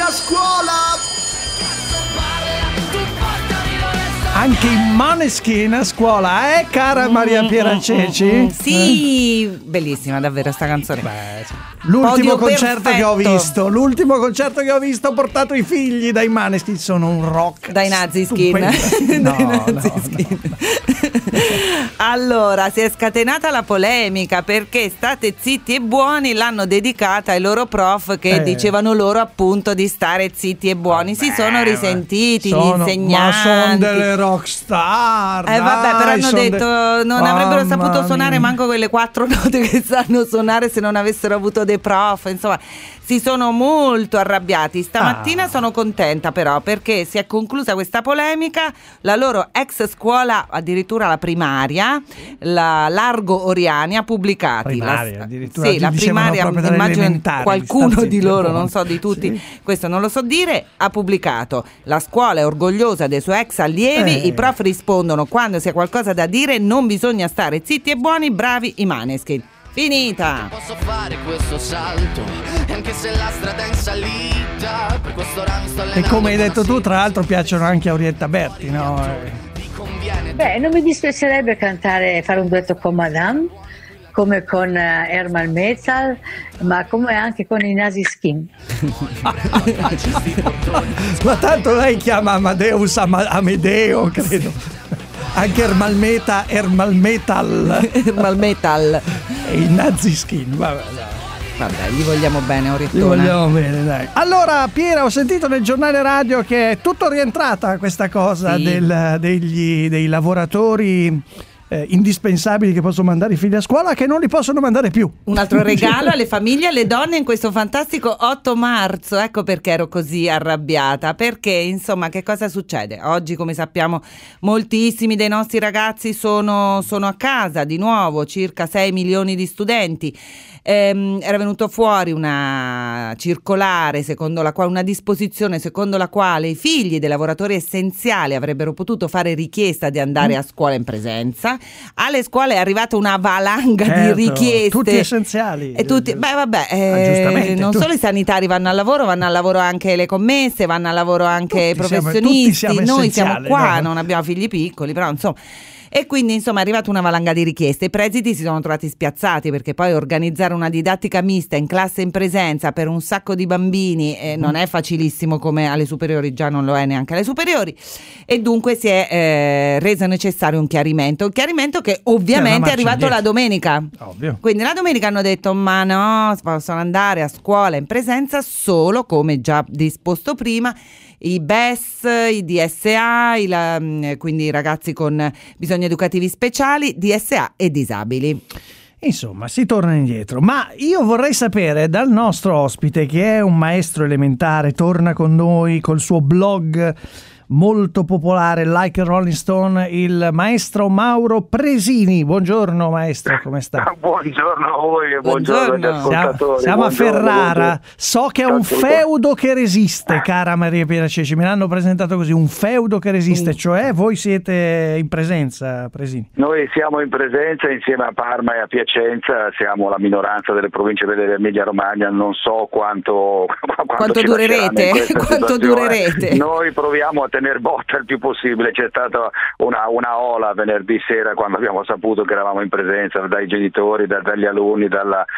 a scuola! Anche i Maneskin a scuola, cara Maria Piera Ceci? Sì, bellissima davvero sta canzone. L'ultimo Podio concerto perfetto. che ho visto, ho portato i figli dai Maneskin, sono un rock. Dai Naziskin. Allora, si è scatenata la polemica perché State zitti e buoni l'hanno dedicata ai loro prof che dicevano loro appunto di stare zitti e buoni. Si sono risentiti gli insegnanti. Ma sono delle rockstar. Vabbè, però hanno detto non avrebbero saputo suonare mia. manco quelle 4 note che sanno suonare se non avessero avuto dei prof. Insomma, si sono molto arrabbiati. Stamattina sono contenta però perché si è conclusa questa polemica. La loro ex scuola, addirittura la primaria, la Largo Oriani, ha pubblicati addirittura sì, la primaria, immagino qualcuno di loro, non so di tutti, questo non lo so dire, ha pubblicato: la scuola è orgogliosa dei suoi ex allievi, i prof rispondono quando si ha qualcosa da dire, non bisogna stare zitti e buoni, bravi i Maneskin. Finita. Posso fare questo salto, anche se la strada è in salita. Per questo ora mi sto allenando. E come hai detto tu, tra l'altro piacciono anche a Orietta Berti, no? Beh, non mi dispiacerebbe fare un duetto con Madame, come con Ermal Metal, ma come anche con i Naziskin. Ma tanto lei chiama Amadeus Amedeo, credo. Anche Ermal Metal Ermal Metal e i Naziskin. Vabbè, gli vogliamo bene, Li vogliamo bene, dai. Allora, Piera, ho sentito nel giornale radio che è tutto rientrata questa cosa dei lavoratori indispensabili che possono mandare i figli a scuola, che non li possono mandare più. Un altro regalo alle famiglie e alle donne in questo fantastico 8 marzo. Ecco perché ero così arrabbiata, perché insomma che cosa succede? Oggi, come sappiamo, moltissimi dei nostri ragazzi sono a casa di nuovo, circa 6 milioni di studenti. Era venuto fuori una circolare secondo la quale, una disposizione secondo la quale i figli dei lavoratori essenziali avrebbero potuto fare richiesta di andare a scuola in presenza. Alle scuole è arrivata una valanga di richieste, tutti essenziali e tutti, giustamente, non solo i sanitari vanno al lavoro anche le commesse, vanno al lavoro anche i professionisti. Noi siamo qua, non abbiamo figli piccoli, però insomma. E quindi insomma è arrivata una valanga di richieste. I presidi si sono trovati spiazzati perché poi organizzare una didattica mista in classe in presenza per un sacco di bambini non è facilissimo come alle superiori, già non lo è neanche alle superiori, e dunque si è reso necessario un chiarimento che ovviamente è arrivato la domenica. Ovvio. Quindi la domenica hanno detto ma no, possono andare a scuola in presenza solo, come già disposto prima, i BES, i DSA, quindi i ragazzi con bisogni educativi speciali, DSA e disabili. Insomma, si torna indietro. Ma io vorrei sapere dal nostro ospite, che è un maestro elementare, torna con noi col suo blog molto popolare, Like a Rolling Stone, il maestro Mauro Presini. Buongiorno maestro, come sta? Buongiorno a voi e buongiorno agli ascoltatori. Siamo a Ferrara. Buongiorno. So che è un feudo che resiste, cara Maria Piera Ceci. Me l'hanno presentato così, un feudo che resiste, cioè voi siete in presenza, Presini? Noi siamo in presenza insieme a Parma e a Piacenza, siamo la minoranza delle province dell'Emilia Romagna. Non so quanto durerete. Quanto durerete? Noi proviamo a tener botta il più possibile. C'è stata una ola venerdì sera quando abbiamo saputo che eravamo in presenza, dai genitori, dagli alunni,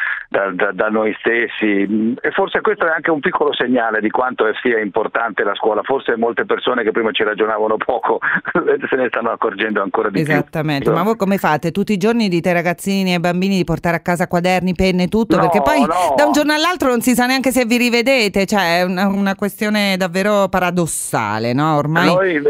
da noi stessi, e forse questo è anche un piccolo segnale di quanto sia importante la scuola. Forse molte persone che prima ci ragionavano poco se ne stanno accorgendo ancora di più. Esattamente, ma voi come fate? Tutti i giorni dite ai ragazzini e ai bambini di portare a casa quaderni, penne, tutto? No, perché poi no. Da un giorno all'altro non si sa neanche se vi rivedete, cioè è una questione davvero paradossale, no? Ormai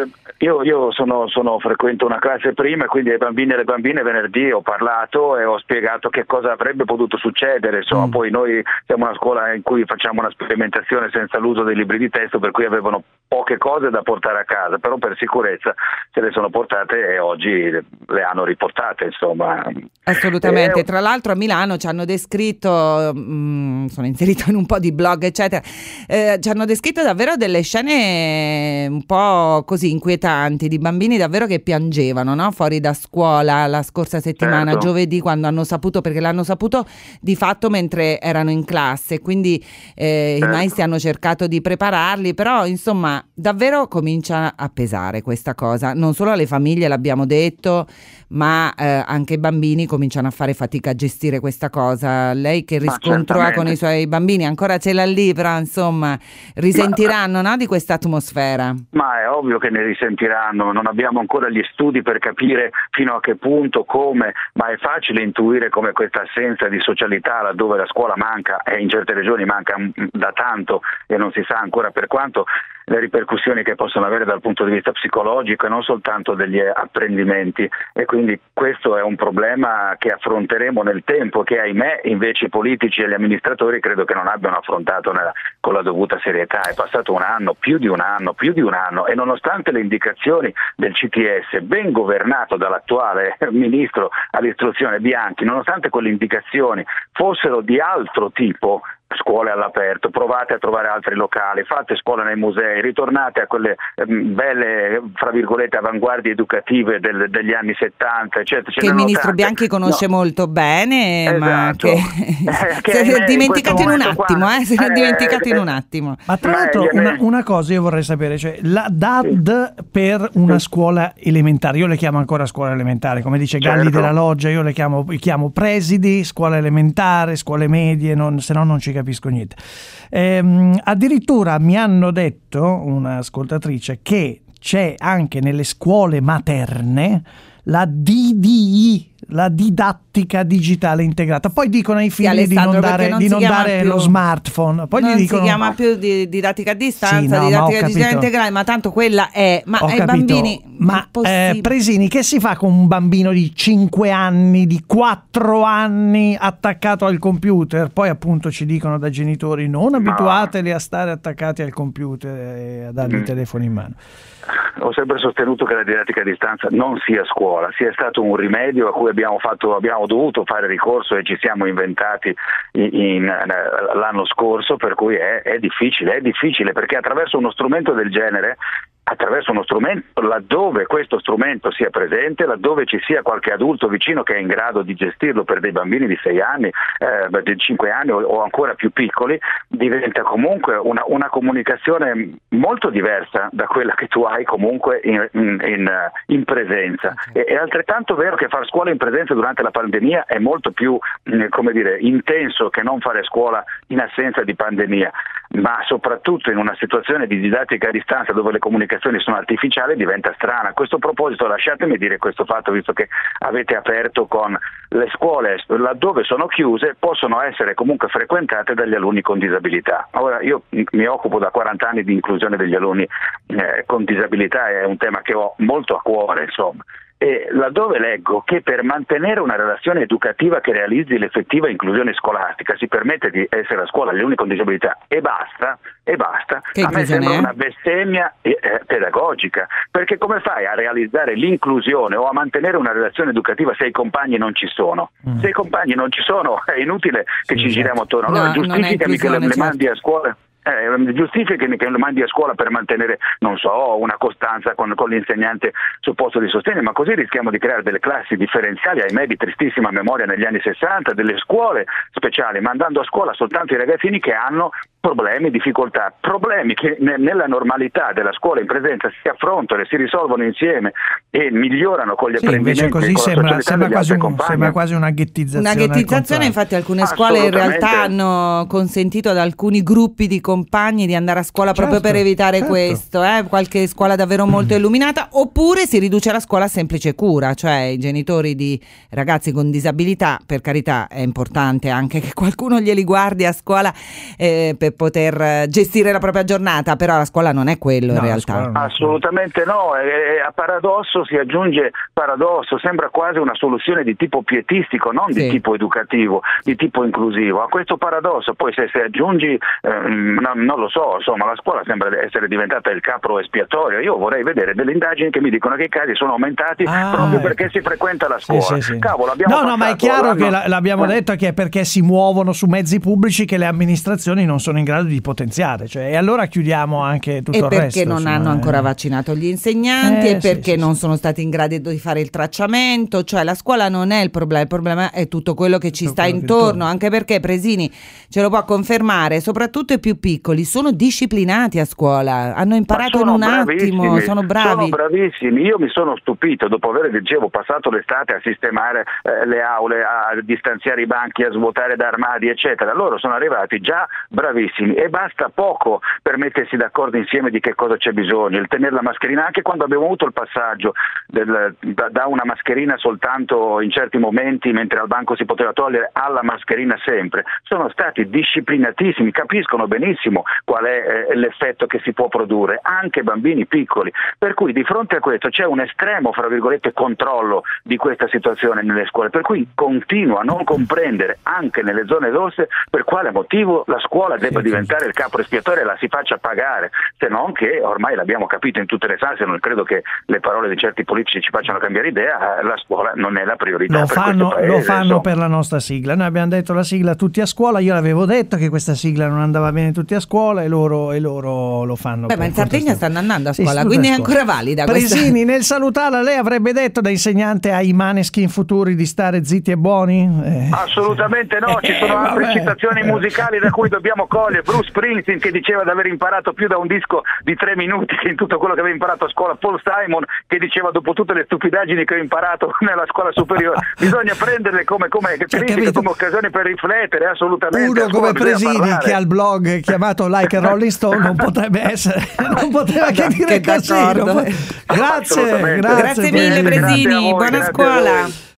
io frequento una classe prima, e quindi ai bambini e alle bambine venerdì ho parlato e ho spiegato che cosa avrebbe potuto succedere. Insomma, poi noi siamo una scuola in cui facciamo una sperimentazione senza l'uso dei libri di testo, per cui avevano poche cose da portare a casa, però per sicurezza se le sono portate e oggi le hanno riportate, insomma. Assolutamente. Tra l'altro a Milano ci hanno descritto, sono inserito in un po' di blog eccetera, ci hanno descritto davvero delle scene un po' così inquietanti, importanti di bambini davvero che piangevano, no? Fuori da scuola la scorsa settimana, giovedì, quando hanno saputo, perché l'hanno saputo di fatto mentre erano in classe, quindi i maestri hanno cercato di prepararli, però insomma davvero comincia a pesare questa cosa, non solo alle famiglie, l'abbiamo detto, ma anche i bambini cominciano a fare fatica a gestire questa cosa. Lei che riscontro ha con i suoi bambini? Ancora ce l'ha lì, però insomma risentiranno, no, di questa atmosfera? Ma è ovvio che ne risentiranno, non abbiamo ancora gli studi per capire fino a che punto, come, ma è facile intuire come questa assenza di socialità laddove la scuola manca, e in certe regioni manca da tanto e non si sa ancora per quanto, le ripercussioni che possono avere dal punto di vista psicologico e non soltanto degli apprendimenti, e quindi questo è un problema che affronteremo nel tempo, che ahimè invece i politici e gli amministratori credo che non abbiano affrontato con la dovuta serietà. È passato un anno, più di un anno, e nonostante le indicazioni del CTS, ben governato dall'attuale ministro all'istruzione Bianchi, nonostante quelle indicazioni fossero di altro tipo, scuole all'aperto, provate a trovare altri locali, fate scuola nei musei, ritornate a quelle belle, fra virgolette, avanguardie educative degli anni 70, eccetera. Che il ministro Bianchi conosce molto bene, esatto, ma che si è dimenticato in un attimo, si è dimenticato in un attimo. Ma tra l'altro una cosa io vorrei sapere, cioè la DAD per una scuola elementare, io le chiamo ancora scuola elementare, come dice Galli della Loggia, io le chiamo presidi, scuola elementare, scuole medie, se no non ci capisco niente. Addirittura mi hanno detto, un'ascoltatrice, che c'è anche nelle scuole materne la DDI, la didattica digitale integrata. Poi dicono ai figli di non dare lo smartphone. Poi non gli dicono, si chiama più di didattica a distanza, sì, no, didattica digitale integrale, ma tanto quella è. Ma ai bambini. Ma Presini, che si fa con un bambino di 5 anni, di 4 anni attaccato al computer? Poi appunto ci dicono da genitori: non abituateli a stare attaccati al computer e a dargli i telefoni in mano. Ho sempre sostenuto che la didattica a distanza non sia scuola, sia stato un rimedio a cui abbiamo dovuto fare ricorso e ci siamo inventati l'anno scorso, per cui è difficile perché attraverso uno strumento del genere, laddove questo strumento sia presente, laddove ci sia qualche adulto vicino che è in grado di gestirlo per dei bambini di 6 anni, di 5 anni o ancora più piccoli, diventa comunque una comunicazione molto diversa da quella che tu hai comunque in presenza. È altrettanto vero che fare scuola in presenza durante la pandemia è molto più intenso che non fare scuola in assenza di pandemia, ma soprattutto in una situazione di didattica a distanza dove le comunicazioni sono artificiali diventa strana. A questo proposito lasciatemi dire questo fatto, visto che avete aperto con le scuole laddove sono chiuse possono essere comunque frequentate dagli alunni con disabilità. Ora io mi occupo da 40 anni di inclusione degli alunni con disabilità, è un tema che ho molto a cuore, insomma. E laddove leggo che per mantenere una relazione educativa che realizzi l'effettiva inclusione scolastica si permette di essere a scuola agli alunni con disabilità e basta, a me sembra una bestemmia pedagogica, perché come fai a realizzare l'inclusione o a mantenere una relazione educativa se i compagni non ci sono? Se i compagni non ci sono è inutile che ci giriamo attorno. Allora giustificami che le mandi a scuola. Giustifichi che lo mandi a scuola per mantenere, non so, una costanza con l'insegnante sul posto di sostegno, ma così rischiamo di creare delle classi differenziali, ahimè di tristissima memoria negli anni 60, delle scuole speciali, mandando a scuola soltanto i ragazzini che hanno problemi, difficoltà, problemi che nella normalità della scuola in presenza si affrontano e si risolvono insieme e migliorano con gli apprendimenti. Invece così sembra quasi una ghettizzazione. Una ghettizzazione, infatti alcune scuole in realtà hanno consentito ad alcuni gruppi di compagni di andare a scuola proprio per evitare questo, qualche scuola davvero molto illuminata, oppure si riduce la scuola a semplice cura, cioè i genitori di ragazzi con disabilità, per carità è importante anche che qualcuno glieli guardi a scuola per poter gestire la propria giornata, però la scuola non è quello in realtà. Assolutamente no, a paradosso si aggiunge paradosso, sembra quasi una soluzione di tipo pietistico, non di tipo educativo, di tipo inclusivo. A questo paradosso poi se aggiungi non lo so, insomma la scuola sembra essere diventata il capro espiatorio. Io vorrei vedere delle indagini che mi dicono che i casi sono aumentati proprio perché si frequenta la scuola. Cavolo, ma è chiaro che l'abbiamo detto che è perché si muovono su mezzi pubblici che le amministrazioni non sono sono in grado di potenziare, cioè, e allora chiudiamo anche tutto il resto. E perché non hanno ancora vaccinato gli insegnanti, e perché non sono stati in grado di fare il tracciamento, cioè la scuola non è il problema è tutto quello che ci sta intorno, anche perché Presini ce lo può confermare, soprattutto i più piccoli sono disciplinati a scuola, hanno imparato in un attimo, sono bravi. Sono bravissimi, io mi sono stupito dopo aver, dicevo, passato l'estate a sistemare le aule, a distanziare i banchi, a svuotare da armadi eccetera, loro sono arrivati già bravissimi e basta poco per mettersi d'accordo insieme di che cosa c'è bisogno, il tenere la mascherina, anche quando abbiamo avuto il passaggio da una mascherina soltanto in certi momenti mentre al banco si poteva togliere alla mascherina sempre, sono stati disciplinatissimi, capiscono benissimo qual è l'effetto che si può produrre, anche bambini piccoli, per cui di fronte a questo c'è un estremo, fra virgolette, controllo di questa situazione nelle scuole, per cui continuo a non comprendere anche nelle zone rosse per quale motivo la scuola debba diventare il capro espiatorio e la si faccia pagare, se non che ormai l'abbiamo capito in tutte le salse, non credo che le parole di certi politici ci facciano cambiare idea, la scuola non è la priorità. Lo fanno per la nostra sigla, noi abbiamo detto la sigla tutti a scuola, io l'avevo detto che questa sigla non andava bene tutti a scuola e loro lo fanno. Ma in Sardegna stanno andando a scuola, quindi è ancora valida questa. Presini, nel salutarla lei avrebbe detto da insegnante ai Maneskin futuri di stare zitti e buoni? Assolutamente no, ci sono altre citazioni musicali da cui dobbiamo cogliere. Bruce Springsteen che diceva di aver imparato più da un disco di 3 minuti che in tutto quello che aveva imparato a scuola, Paul Simon che diceva dopo tutte le stupidaggini che ho imparato nella scuola superiore bisogna prenderle come occasioni per riflettere, assolutamente. Uno come Presini che ha il blog chiamato Like a Rolling Stone non potrebbe essere, non poteva che dire così. Grazie mille Presini, buona scuola.